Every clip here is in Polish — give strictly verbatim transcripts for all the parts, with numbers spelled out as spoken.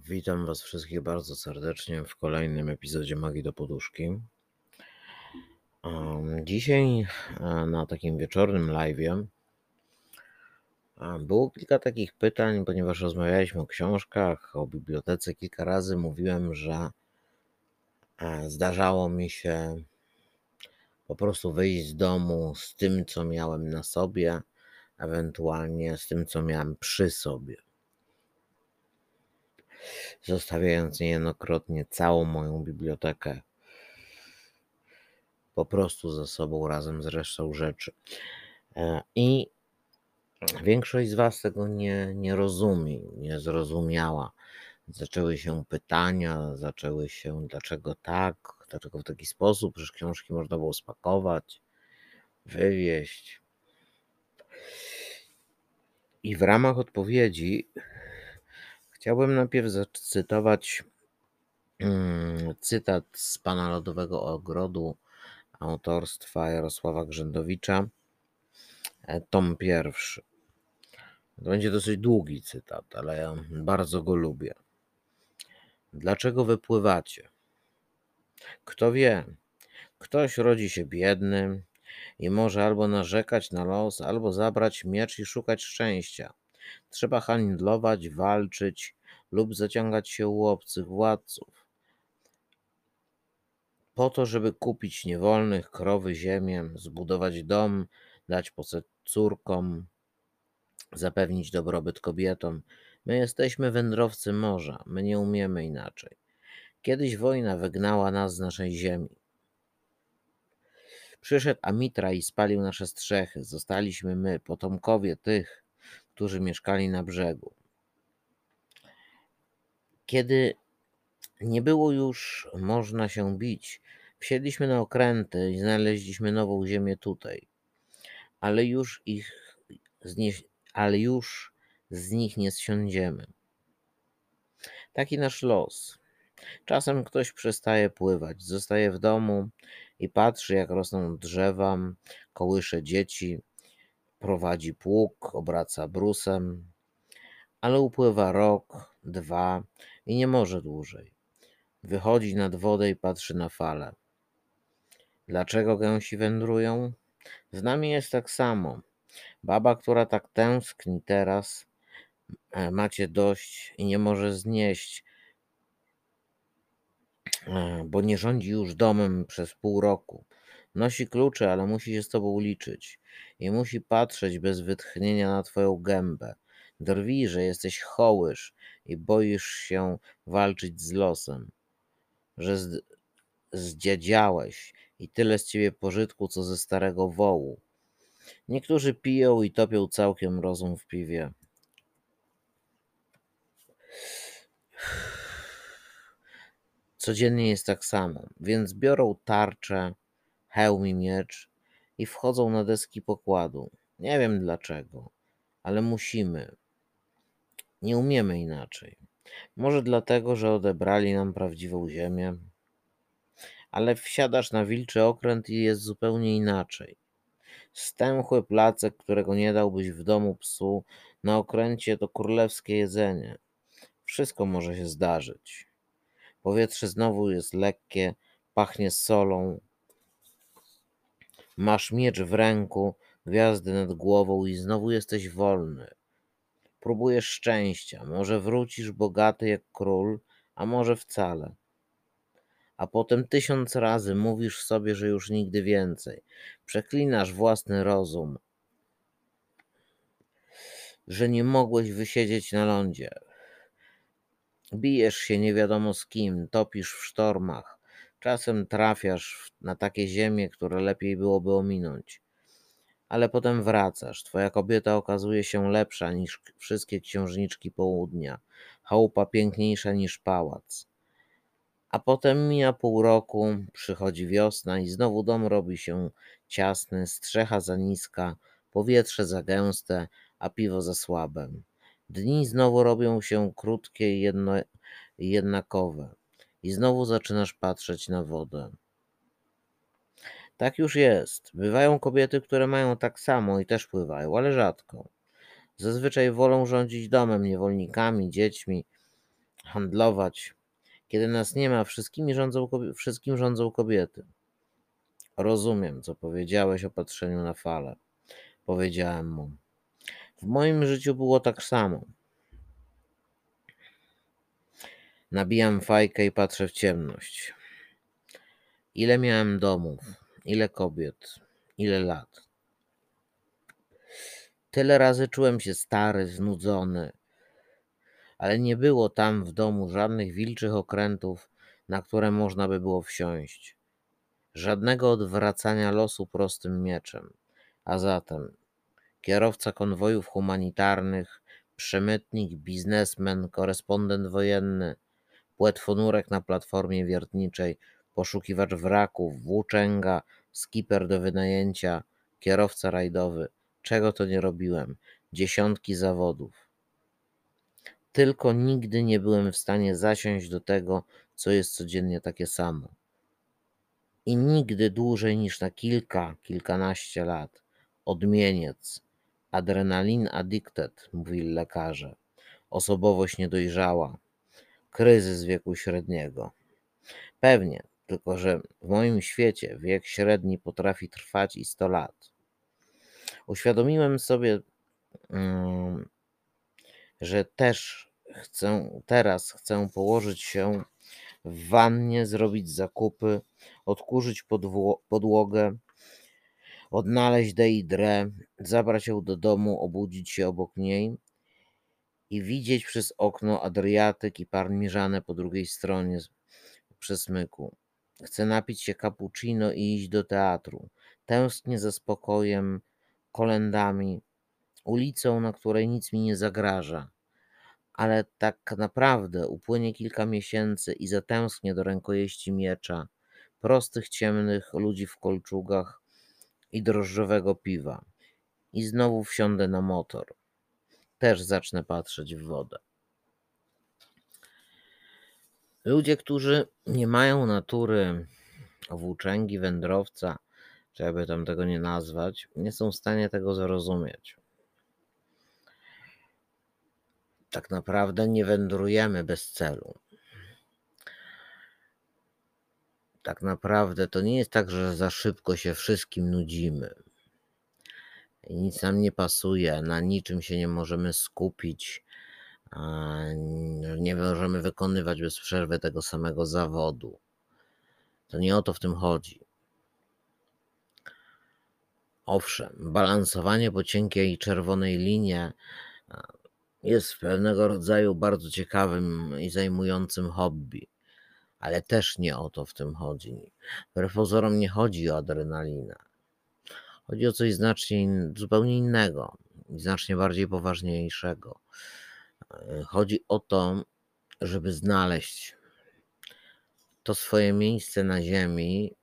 Witam Was wszystkich bardzo serdecznie w kolejnym epizodzie Magii do Poduszki. Em, Dzisiaj e, na takim wieczornym live'ie e, było kilka takich pytań, ponieważ rozmawialiśmy o książkach, o bibliotece. Kilka razy mówiłem, że e, zdarzało mi się po prostu wyjść z domu z tym, co miałem na sobie, ewentualnie z tym, co miałem przy sobie, zostawiając niejednokrotnie całą moją bibliotekę po prostu ze sobą razem z resztą rzeczy. E, I większość z Was tego nie, nie rozumie, nie zrozumiała. Zaczęły się pytania, zaczęły się dlaczego tak, dlaczego w taki sposób, przecież książki można było spakować, wywieźć. I w ramach odpowiedzi chciałbym najpierw zacytować mm, cytat z Pana Lodowego Ogrodu autorstwa Jarosława Grzędowicza, e, tom pierwszy. To będzie dosyć długi cytat, ale ja bardzo go lubię. Dlaczego wypływacie? Kto wie, ktoś rodzi się biednym i może albo narzekać na los, albo zabrać miecz i szukać szczęścia. Trzeba handlować, walczyć lub zaciągać się u obcych władców. Po to, żeby kupić niewolnych, krowy, ziemię, zbudować dom, dać posad córkom, zapewnić dobrobyt kobietom. My jesteśmy wędrowcy morza, my nie umiemy inaczej. Kiedyś wojna wygnała nas z naszej ziemi. Przyszedł Amitra i spalił nasze strzechy. Zostaliśmy my, potomkowie tych, którzy mieszkali na brzegu. Kiedy nie było już można się bić, wsiedliśmy na okręty i znaleźliśmy nową ziemię tutaj. Ale już ich z nie, ale już z nich nie zsiądziemy. Taki nasz los. Czasem ktoś przestaje pływać, zostaje w domu i patrzy, jak rosną drzewa, kołysze dzieci, prowadzi pług, obraca brusem, ale upływa rok, dwa i nie może dłużej. Wychodzi nad wodę i patrzy na fale. Dlaczego gęsi wędrują? Z nami jest tak samo. Baba, która tak tęskni teraz, e, macie dość i nie może znieść, e, bo nie rządzi już domem przez pół roku. Nosi klucze, ale musi się z tobą liczyć i musi patrzeć bez wytchnienia na twoją gębę. Drwi, że jesteś hołysz i boisz się walczyć z losem, że z, zdziadziałeś i tyle z ciebie pożytku, co ze starego wołu. Niektórzy piją i topią całkiem rozum w piwie. Codziennie jest tak samo, więc biorą tarczę, hełm i miecz i wchodzą na deski pokładu. Nie wiem dlaczego, ale musimy. Nie umiemy inaczej. Może dlatego, że odebrali nam prawdziwą ziemię, ale wsiadasz na wilczy okręt i jest zupełnie inaczej. Stęchły placek, którego nie dałbyś w domu psu, na okręcie to królewskie jedzenie. Wszystko może się zdarzyć. Powietrze znowu jest lekkie, pachnie solą. Masz miecz w ręku, gwiazdy nad głową i znowu jesteś wolny. Próbujesz szczęścia, może wrócisz bogaty jak król, a może wcale. A potem tysiąc razy mówisz sobie, że już nigdy więcej. Przeklinasz własny rozum, że nie mogłeś wysiedzieć na lądzie. Bijesz się nie wiadomo z kim, topisz w sztormach. Czasem trafiasz na takie ziemie, które lepiej byłoby ominąć. Ale potem wracasz. Twoja kobieta okazuje się lepsza niż wszystkie księżniczki południa. Chałupa piękniejsza niż pałac. A potem mija pół roku, przychodzi wiosna i znowu dom robi się ciasny, strzecha za niska, powietrze za gęste, a piwo za słabe. Dni znowu robią się krótkie i jedno, jednakowe. I znowu zaczynasz patrzeć na wodę. Tak już jest. Bywają kobiety, które mają tak samo i też pływają, ale rzadko. Zazwyczaj wolą rządzić domem, niewolnikami, dziećmi, handlować. Kiedy nas nie ma, wszystkimi rządzą, wszystkim rządzą kobiety. Rozumiem, co powiedziałeś o patrzeniu na fale. Powiedziałem mu. W moim życiu było tak samo. Nabijam fajkę i patrzę w ciemność. Ile miałem domów, ile kobiet, ile lat. Tyle razy czułem się stary, znudzony, ale nie było tam w domu żadnych wilczych okrętów, na które można by było wsiąść. Żadnego odwracania losu prostym mieczem. A zatem kierowca konwojów humanitarnych, przemytnik, biznesmen, korespondent wojenny, płetwonurek na platformie wiertniczej, poszukiwacz wraków, włóczęga, skiper do wynajęcia, kierowca rajdowy. Czego to nie robiłem? Dziesiątki zawodów. Tylko nigdy nie byłem w stanie zasiąść do tego, co jest codziennie takie samo. I nigdy dłużej niż na kilka, kilkanaście lat. Odmieniec. Adrenalin addicted, mówili lekarze. Osobowość niedojrzała. Kryzys wieku średniego. Pewnie, tylko że w moim świecie wiek średni potrafi trwać i sto lat. Uświadomiłem sobie, mm, że też chcę, teraz chcę położyć się w wannie, zrobić zakupy, odkurzyć podło- podłogę, odnaleźć Deidre, zabrać ją do domu, obudzić się obok niej i widzieć przez okno Adriatyk i Parmiżanę po drugiej stronie przesmyku. Chcę napić się cappuccino i iść do teatru. Tęsknię za spokojem, kolendami, ulicą, na której nic mi nie zagraża. Ale tak naprawdę upłynie kilka miesięcy i zatęsknię do rękojeści miecza, prostych, ciemnych ludzi w kolczugach i drożdżowego piwa. I znowu wsiądę na motor. Też zacznę patrzeć w wodę. Ludzie, którzy nie mają natury włóczęgi, wędrowca, czy jakby tam tego nie nazwać, nie są w stanie tego zrozumieć. Tak naprawdę nie wędrujemy bez celu. Tak naprawdę to nie jest tak, że za szybko się wszystkim nudzimy. I nic nam nie pasuje, na niczym się nie możemy skupić, nie możemy wykonywać bez przerwy tego samego zawodu. To nie o to w tym chodzi. Owszem, balansowanie po cienkiej czerwonej linie jest pewnego rodzaju bardzo ciekawym i zajmującym hobby, ale też nie o to w tym chodzi. Wbrew pozorom nie chodzi o adrenalinę. Chodzi o coś znacznie in, zupełnie innego, znacznie bardziej poważniejszego. Chodzi o to, żeby znaleźć to swoje miejsce na ziemi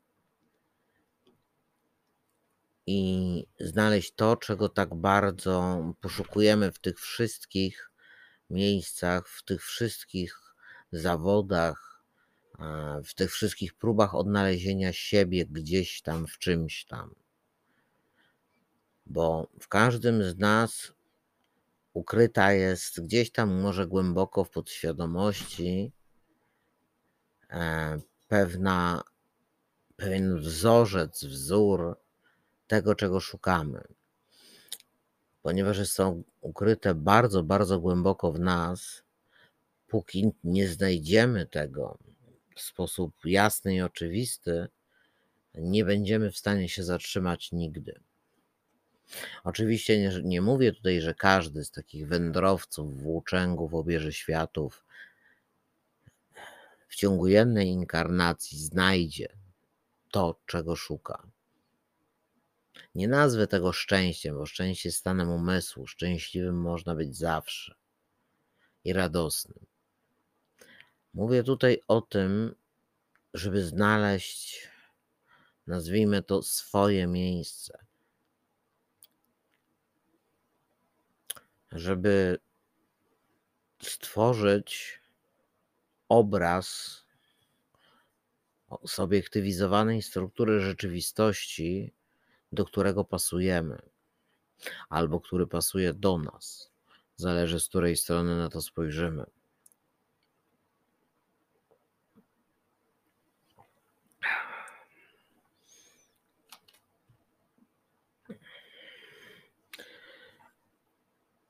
i znaleźć to, czego tak bardzo poszukujemy w tych wszystkich miejscach, w tych wszystkich zawodach, w tych wszystkich próbach odnalezienia siebie gdzieś tam, w czymś tam. Bo w każdym z nas ukryta jest gdzieś tam może głęboko w podświadomości pewna, pewien wzorzec, wzór tego, czego szukamy. Ponieważ są ukryte bardzo, bardzo głęboko w nas, póki nie znajdziemy tego w sposób jasny i oczywisty, nie będziemy w stanie się zatrzymać nigdy. Oczywiście nie, nie mówię tutaj, że każdy z takich wędrowców, włóczęgów, obieży światów w ciągu jednej inkarnacji znajdzie to, czego szuka. Nie nazwę tego szczęściem, bo szczęście jest stanem umysłu. Szczęśliwym można być zawsze i radosnym. Mówię tutaj o tym, żeby znaleźć, nazwijmy to, swoje miejsce. Żeby stworzyć obraz zobiektywizowanej struktury rzeczywistości, do którego pasujemy, albo który pasuje do nas. Zależy, z której strony na to spojrzymy.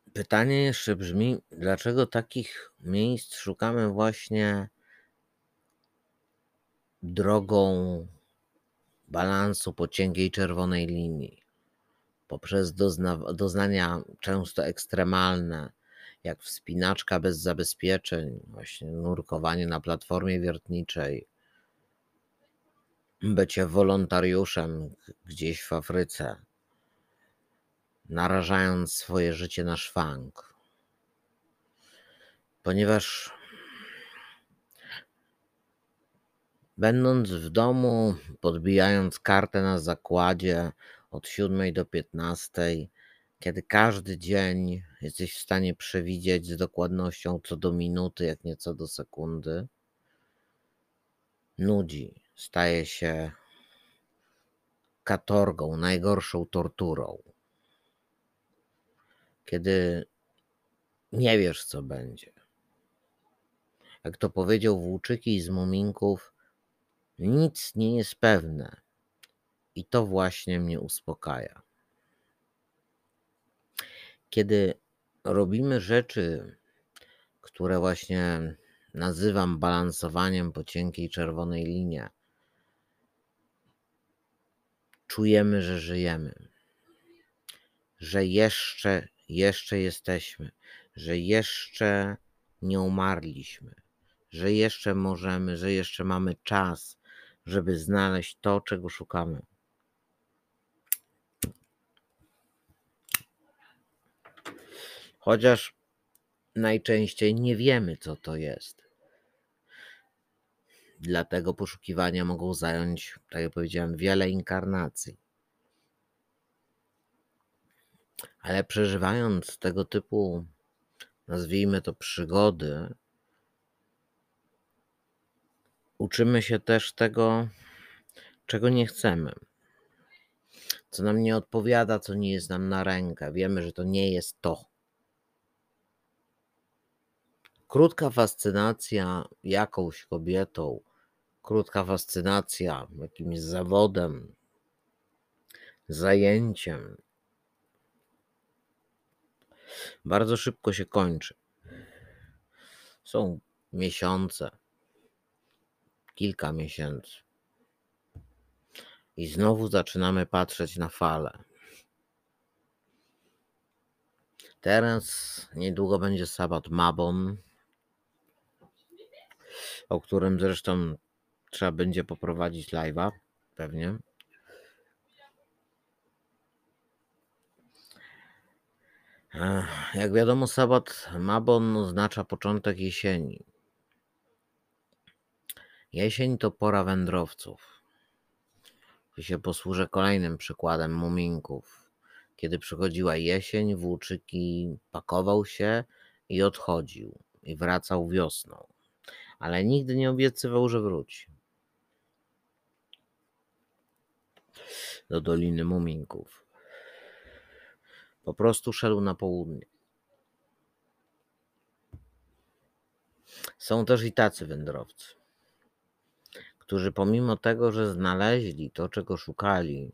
Pytanie jeszcze brzmi, dlaczego takich miejsc szukamy właśnie drogą balansu po cienkiej czerwonej linii, poprzez dozna- doznania często ekstremalne, jak wspinaczka bez zabezpieczeń, właśnie nurkowanie na platformie wiertniczej, bycie wolontariuszem gdzieś w Afryce, narażając swoje życie na szwank. Ponieważ będąc w domu, podbijając kartę na zakładzie od siódmej do piętnastej, kiedy każdy dzień jesteś w stanie przewidzieć z dokładnością co do minuty, jak nie co do sekundy, nudzi, staje się katorgą, najgorszą torturą. Kiedy nie wiesz, co będzie. Jak to powiedział Włóczyki z Muminków, nic nie jest pewne i to właśnie mnie uspokaja. Kiedy robimy rzeczy, które właśnie nazywam balansowaniem po cienkiej czerwonej linie, czujemy, że żyjemy, że jeszcze, jeszcze jesteśmy, że jeszcze nie umarliśmy, że jeszcze możemy, że jeszcze mamy czas, żeby znaleźć to, czego szukamy. Chociaż najczęściej nie wiemy, co to jest. Dlatego poszukiwania mogą zająć, tak jak powiedziałem, wiele inkarnacji. Ale przeżywając tego typu, nazwijmy to, przygody, uczymy się też tego, czego nie chcemy, co nam nie odpowiada, co nie jest nam na rękę. Wiemy, że to nie jest to. Krótka fascynacja jakąś kobietą, krótka fascynacja jakimś zawodem, zajęciem, bardzo szybko się kończy. Są miesiące, kilka miesięcy. I znowu zaczynamy patrzeć na falę. Teraz niedługo będzie Sabbat Mabon, o którym zresztą trzeba będzie poprowadzić live'a, pewnie. Jak wiadomo, Sabbat Mabon oznacza początek jesieni. Jesień to pora wędrowców. Tu się posłużę kolejnym przykładem muminków. Kiedy przychodziła jesień, Włóczyki pakował się i odchodził. I wracał wiosną. Ale nigdy nie obiecywał, że wróci do Doliny Muminków. Po prostu szedł na południe. Są też i tacy wędrowcy, którzy pomimo tego, że znaleźli to, czego szukali,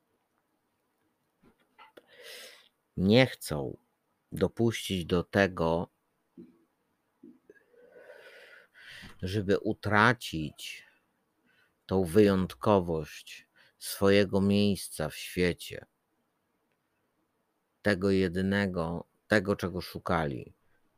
nie chcą dopuścić do tego, żeby utracić tą wyjątkowość swojego miejsca w świecie, tego jedynego, tego, czego szukali.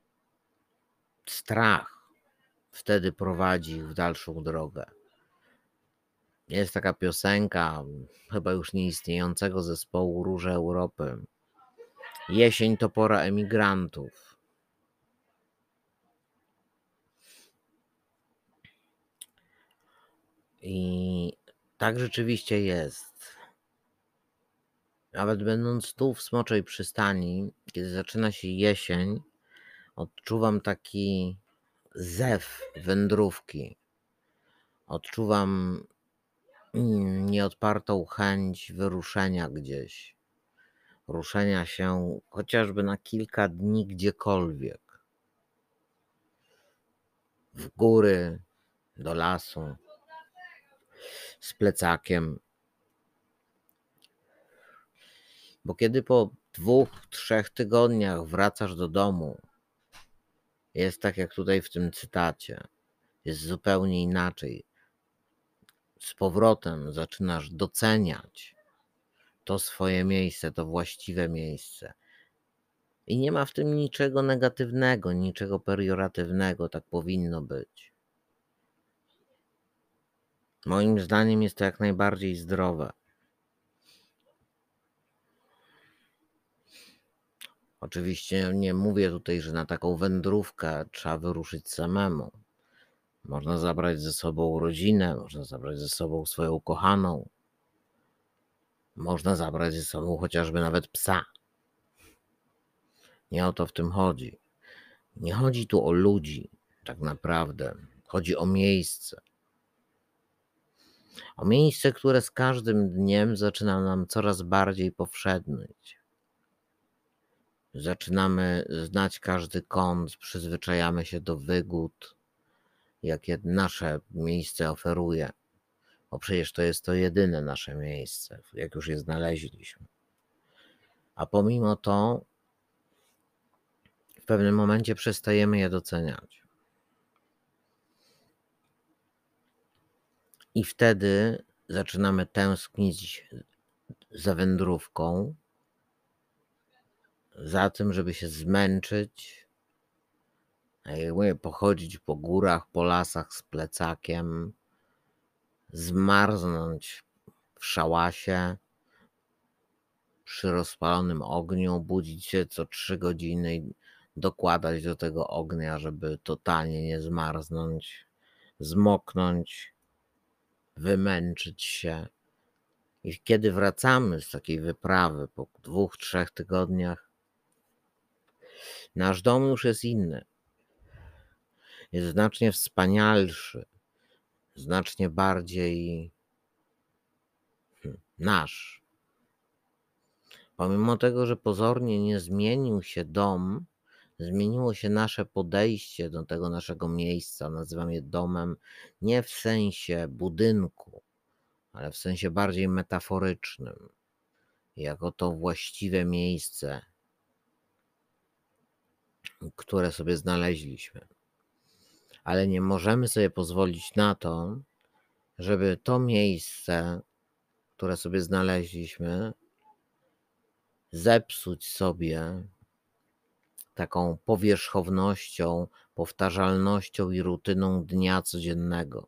Strach wtedy prowadzi ich w dalszą drogę. Jest taka piosenka, chyba już nieistniejącego zespołu Róże Europy. Jesień to pora emigrantów. I tak rzeczywiście jest. Nawet będąc tu w Smoczej Przystani, kiedy zaczyna się jesień, odczuwam taki zew wędrówki. Odczuwam nieodpartą chęć wyruszenia gdzieś. Ruszenia się chociażby na kilka dni gdziekolwiek. W góry, do lasu, z plecakiem. Bo kiedy po dwóch, trzech tygodniach wracasz do domu. Jest tak jak tutaj w tym cytacie. Jest zupełnie inaczej. Z powrotem zaczynasz doceniać to swoje miejsce, to właściwe miejsce. I nie ma w tym niczego negatywnego, niczego pejoratywnego, tak powinno być. Moim zdaniem jest to jak najbardziej zdrowe. Oczywiście nie mówię tutaj, że na taką wędrówkę trzeba wyruszyć samemu. Można zabrać ze sobą rodzinę, można zabrać ze sobą swoją ukochaną, można zabrać ze sobą chociażby nawet psa. Nie o to w tym chodzi. Nie chodzi tu o ludzi, tak naprawdę. Chodzi o miejsce. O miejsce, które z każdym dniem zaczyna nam coraz bardziej powszednieć. Zaczynamy znać każdy kąt, przyzwyczajamy się do wygód, jakie nasze miejsce oferuje. Bo przecież to jest to jedyne nasze miejsce, jak już je znaleźliśmy. A pomimo to w pewnym momencie przestajemy je doceniać. I wtedy zaczynamy tęsknić za wędrówką, za tym, żeby się zmęczyć, jak mówię, pochodzić po górach, po lasach z plecakiem, zmarznąć w szałasie przy rozpalonym ogniu, budzić się co trzy godziny i dokładać do tego ognia, żeby totalnie nie zmarznąć, zmoknąć, wymęczyć się. I kiedy wracamy z takiej wyprawy po dwóch, trzech tygodniach, nasz dom już jest inny. Jest znacznie wspanialszy, znacznie bardziej hmm, nasz. Pomimo tego, że pozornie nie zmienił się dom, zmieniło się nasze podejście do tego naszego miejsca. Nazywam je domem nie w sensie budynku, ale w sensie bardziej metaforycznym. Jako to właściwe miejsce, które sobie znaleźliśmy. Ale nie możemy sobie pozwolić na to, żeby to miejsce, które sobie znaleźliśmy, zepsuć sobie taką powierzchownością, powtarzalnością i rutyną dnia codziennego.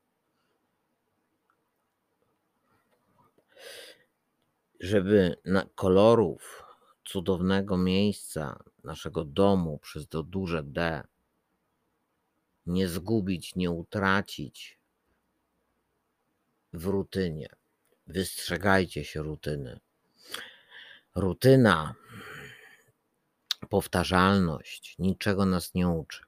Żeby na kolorów cudownego miejsca, naszego domu przez to duże D, nie zgubić, nie utracić w rutynie. Wystrzegajcie się rutyny. Rutyna, powtarzalność niczego nas nie uczy.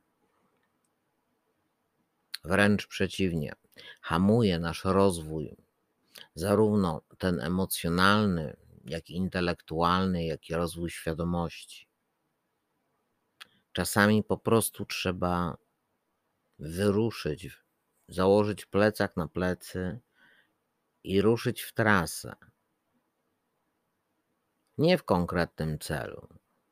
Wręcz przeciwnie, hamuje nasz rozwój, zarówno ten emocjonalny, jak i intelektualny, jak i rozwój świadomości. Czasami po prostu trzeba wyruszyć, założyć plecak na plecy i ruszyć w trasę. Nie w konkretnym celu.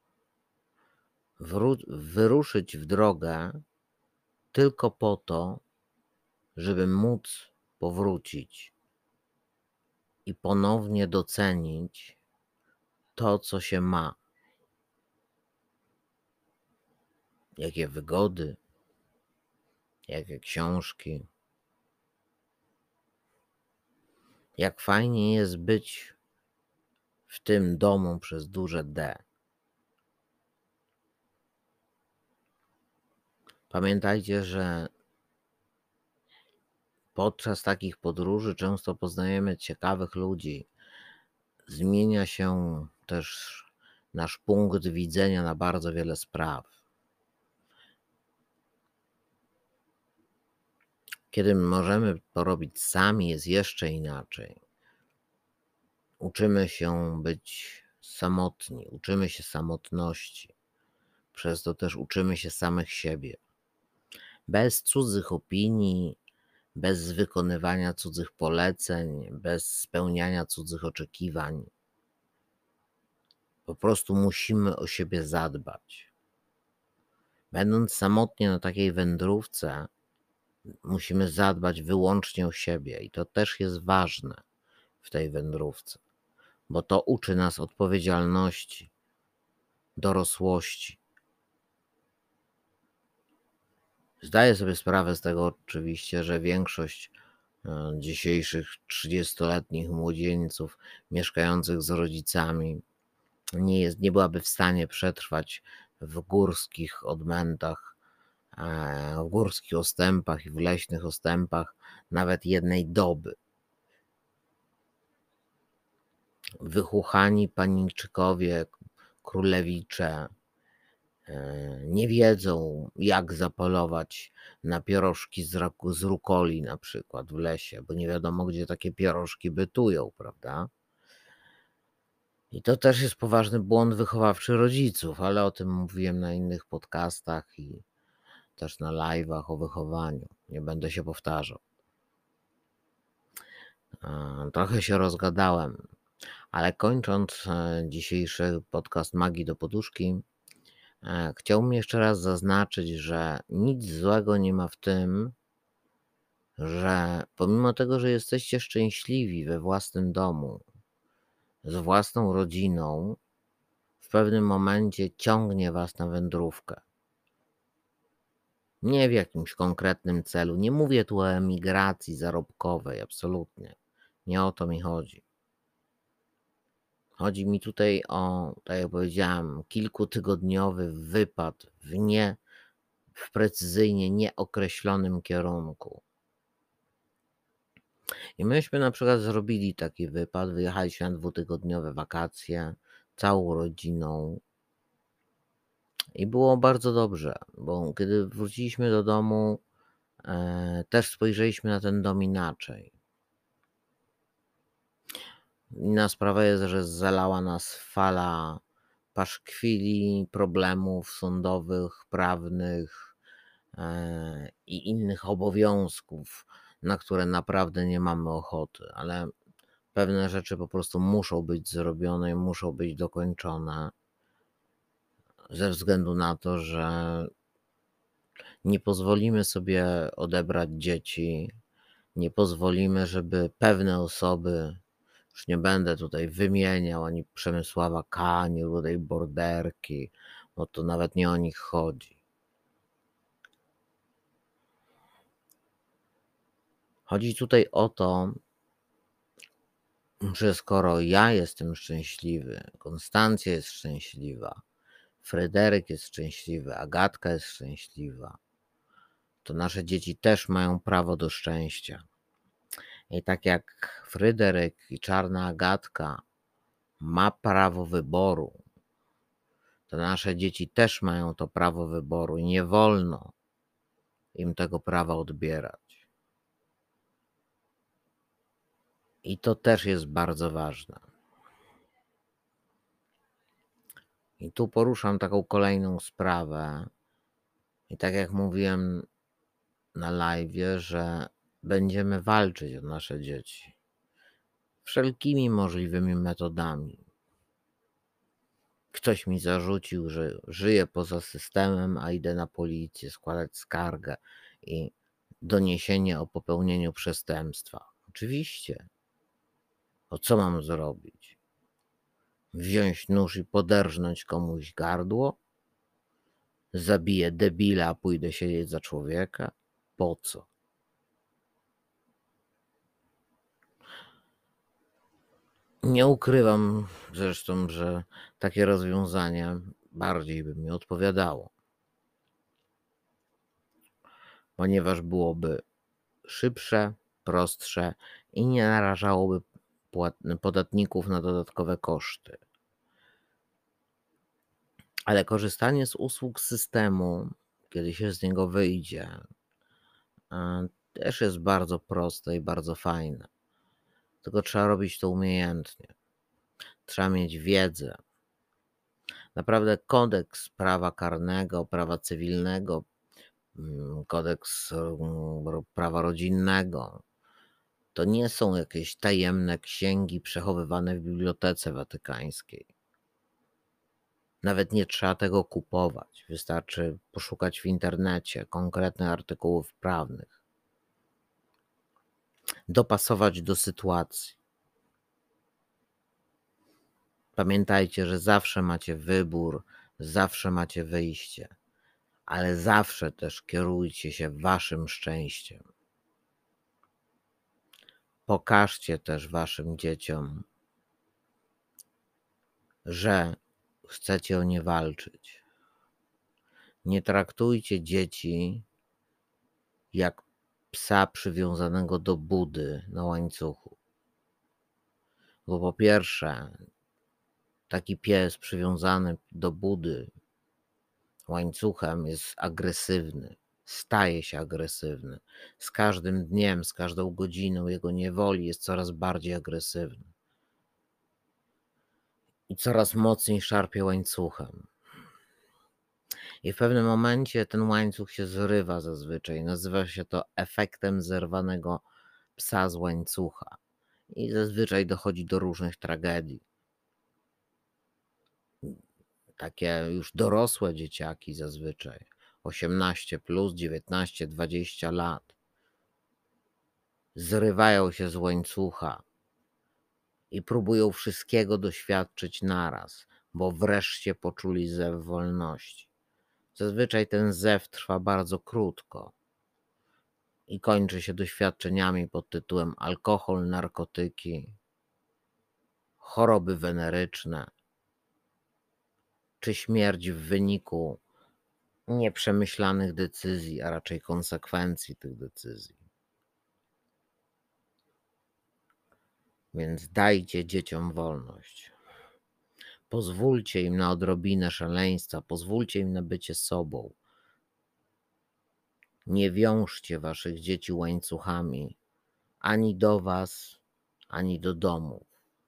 Wró- wyruszyć w drogę tylko po to, żeby móc powrócić i ponownie docenić to, co się ma. Jakie wygody, jakie książki. Jak fajnie jest być w tym domu przez duże D. Pamiętajcie, że podczas takich podróży często poznajemy ciekawych ludzi. Zmienia się też nasz punkt widzenia na bardzo wiele spraw. Kiedy możemy to robić sami, jest jeszcze inaczej. Uczymy się być samotni, uczymy się samotności. Przez to też uczymy się samych siebie. Bez cudzych opinii, bez wykonywania cudzych poleceń, bez spełniania cudzych oczekiwań. Po prostu musimy o siebie zadbać. Będąc samotnie na takiej wędrówce, musimy zadbać wyłącznie o siebie i to też jest ważne w tej wędrówce, bo to uczy nas odpowiedzialności, dorosłości. Zdaję sobie sprawę z tego oczywiście, że większość dzisiejszych trzydziestoletnich młodzieńców mieszkających z rodzicami nie jest, nie byłaby w stanie przetrwać w górskich odmętach, w górskich ostępach i w leśnych ostępach nawet jednej doby. Wychuchani paniczykowie, królewicze nie wiedzą, jak zapolować na pierożki z, raku, z rukoli na przykład w lesie, bo nie wiadomo, gdzie takie pierożki bytują, prawda? I to też jest poważny błąd wychowawczy rodziców, ale o tym mówiłem na innych podcastach i też na live'ach o wychowaniu. Nie będę się powtarzał. Trochę się rozgadałem, ale kończąc dzisiejszy podcast Magii do Poduszki, chciałbym jeszcze raz zaznaczyć, że nic złego nie ma w tym, że pomimo tego, że jesteście szczęśliwi we własnym domu, z własną rodziną, w pewnym momencie ciągnie was na wędrówkę. Nie w jakimś konkretnym celu. Nie mówię tu o emigracji zarobkowej, absolutnie. Nie o to mi chodzi. Chodzi mi tutaj o, tak jak powiedziałem, kilkutygodniowy wypad w nie, w precyzyjnie nieokreślonym kierunku. I myśmy na przykład zrobili taki wypad, wyjechaliśmy na dwutygodniowe wakacje, całą rodziną i było bardzo dobrze, bo kiedy wróciliśmy do domu, e, też spojrzeliśmy na ten dom inaczej. Inna sprawa jest, że zalała nas fala paszkwili, problemów sądowych, prawnych e, i innych obowiązków, na które naprawdę nie mamy ochoty, ale pewne rzeczy po prostu muszą być zrobione i muszą być dokończone ze względu na to, że nie pozwolimy sobie odebrać dzieci, nie pozwolimy, żeby pewne osoby, już nie będę tutaj wymieniał ani Przemysława K., ani Rudej Borderki, bo to nawet nie o nich chodzi. Chodzi tutaj o to, że skoro ja jestem szczęśliwy, Konstancja jest szczęśliwa, Fryderyk jest szczęśliwy, Agatka jest szczęśliwa, to nasze dzieci też mają prawo do szczęścia. I tak jak Fryderyk i czarna Agatka ma prawo wyboru, to nasze dzieci też mają to prawo wyboru i nie wolno im tego prawa odbierać. I to też jest bardzo ważne. I tu poruszam taką kolejną sprawę. I tak jak mówiłem na live'ie, że będziemy walczyć o nasze dzieci wszelkimi możliwymi metodami. Ktoś mi zarzucił, że żyję poza systemem, a idę na policję składać skargę i doniesienie o popełnieniu przestępstwa. Oczywiście. O co mam zrobić? Wziąć nóż i poderżnąć komuś gardło? Zabiję debila, a pójdę siedzieć za człowieka? Po co? Nie ukrywam zresztą, że takie rozwiązanie bardziej by mi odpowiadało, ponieważ byłoby szybsze, prostsze i nie narażałoby podatników na dodatkowe koszty. Ale korzystanie z usług systemu, kiedy się z niego wyjdzie, też jest bardzo proste i bardzo fajne. Tylko trzeba robić to umiejętnie. Trzeba mieć wiedzę. Naprawdę kodeks prawa karnego, prawa cywilnego, kodeks prawa rodzinnego to nie są jakieś tajemne księgi przechowywane w Bibliotece Watykańskiej. Nawet nie trzeba tego kupować. Wystarczy poszukać w internecie konkretnych artykułów prawnych. Dopasować do sytuacji. Pamiętajcie, że zawsze macie wybór, zawsze macie wyjście, ale zawsze też kierujcie się waszym szczęściem. Pokażcie też waszym dzieciom, że chcecie o nie walczyć. Nie traktujcie dzieci jak psa przywiązanego do budy na łańcuchu. Bo po pierwsze, taki pies przywiązany do budy łańcuchem jest agresywny, staje się agresywny. Z każdym dniem, z każdą godziną jego niewoli jest coraz bardziej agresywny. I coraz mocniej szarpie łańcuchem. I w pewnym momencie ten łańcuch się zrywa zazwyczaj. Nazywa się to efektem zerwanego psa z łańcucha. I zazwyczaj dochodzi do różnych tragedii. Takie już dorosłe dzieciaki zazwyczaj, osiemnaście plus, dziewiętnaście, dwadzieścia lat, zrywają się z łańcucha i próbują wszystkiego doświadczyć naraz, bo wreszcie poczuli zew wolności. Zazwyczaj ten zew trwa bardzo krótko i kończy się doświadczeniami pod tytułem alkohol, narkotyki, choroby weneryczne, czy śmierć w wyniku nieprzemyślanych decyzji, a raczej konsekwencji tych decyzji. Więc dajcie dzieciom wolność. Pozwólcie im na odrobinę szaleństwa, pozwólcie im na bycie sobą. Nie wiążcie waszych dzieci łańcuchami ani do was, ani do domu.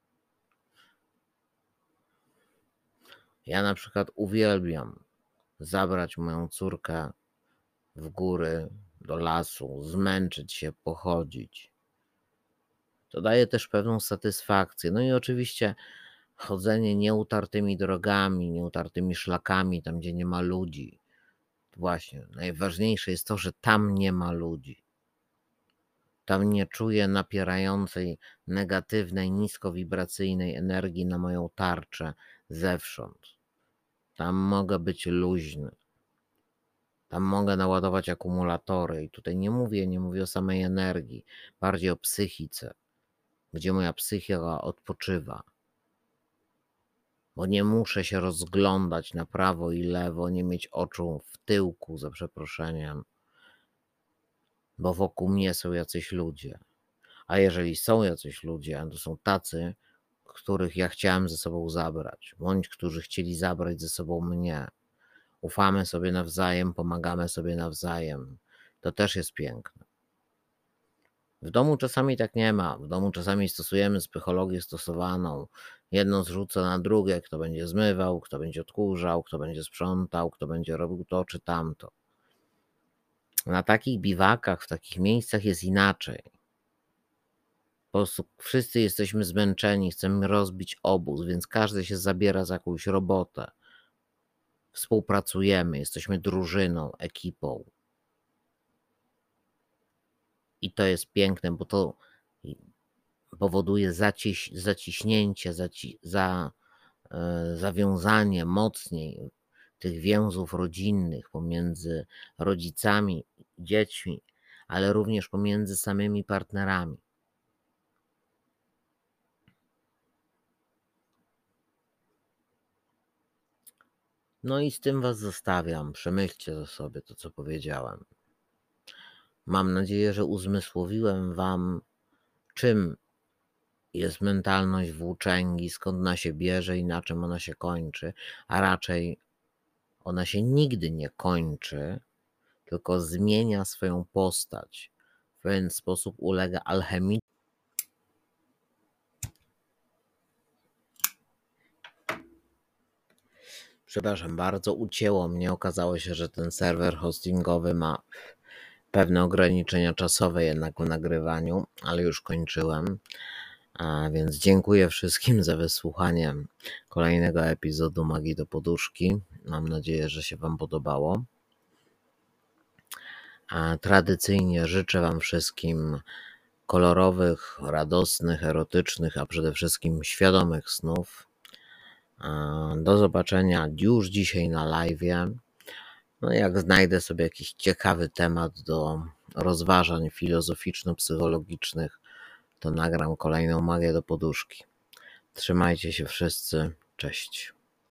Ja na przykład uwielbiam zabrać moją córkę w góry, do lasu, zmęczyć się, pochodzić. To daje też pewną satysfakcję. No i oczywiście chodzenie nieutartymi drogami, nieutartymi szlakami, tam gdzie nie ma ludzi. Właśnie, najważniejsze jest to, że tam nie ma ludzi. Tam nie czuję napierającej, negatywnej, niskowibracyjnej energii na moją tarczę zewsząd. Tam mogę być luźny. Tam mogę naładować akumulatory. I tutaj nie mówię, nie mówię o samej energii, bardziej o psychice, gdzie moja psychika odpoczywa. Bo nie muszę się rozglądać na prawo i lewo, nie mieć oczu w tyłku, za przeproszeniem, bo wokół mnie są jacyś ludzie. A jeżeli są jacyś ludzie, to są tacy, których ja chciałem ze sobą zabrać, bądź którzy chcieli zabrać ze sobą mnie. Ufamy sobie nawzajem, pomagamy sobie nawzajem. To też jest piękne. W domu czasami tak nie ma. W domu czasami stosujemy psychologię stosowaną. Jedno zrzuca na drugie, kto będzie zmywał, kto będzie odkurzał, kto będzie sprzątał, kto będzie robił to czy tamto. Na takich biwakach, w takich miejscach jest inaczej. Po prostu wszyscy jesteśmy zmęczeni, chcemy rozbić obóz, więc każdy się zabiera za jakąś robotę. Współpracujemy, jesteśmy drużyną, ekipą. I to jest piękne, bo to powoduje zaciś, zaciśnięcie, zaci, za, e, zawiązanie mocniej tych więzów rodzinnych pomiędzy rodzicami, dziećmi, ale również pomiędzy samymi partnerami. No i z tym was zostawiam. Przemyślcie sobie to, co powiedziałem. Mam nadzieję, że uzmysłowiłem wam, czym jest mentalność włóczęgi, skąd ona się bierze i na czym ona się kończy, a raczej ona się nigdy nie kończy, tylko zmienia swoją postać. W pewien sposób ulega alchemii. Przepraszam bardzo, ucięło mnie. Okazało się, że ten serwer hostingowy ma pewne ograniczenia czasowe jednak w nagrywaniu, ale już kończyłem. A więc dziękuję wszystkim za wysłuchanie kolejnego epizodu Magii do Poduszki. Mam nadzieję, że się Wam podobało. A tradycyjnie życzę Wam wszystkim kolorowych, radosnych, erotycznych, a przede wszystkim świadomych snów. Do zobaczenia już dzisiaj na live'ie. No jak znajdę sobie jakiś ciekawy temat do rozważań filozoficzno-psychologicznych, to nagram kolejną Magię do Poduszki. Trzymajcie się wszyscy. Cześć.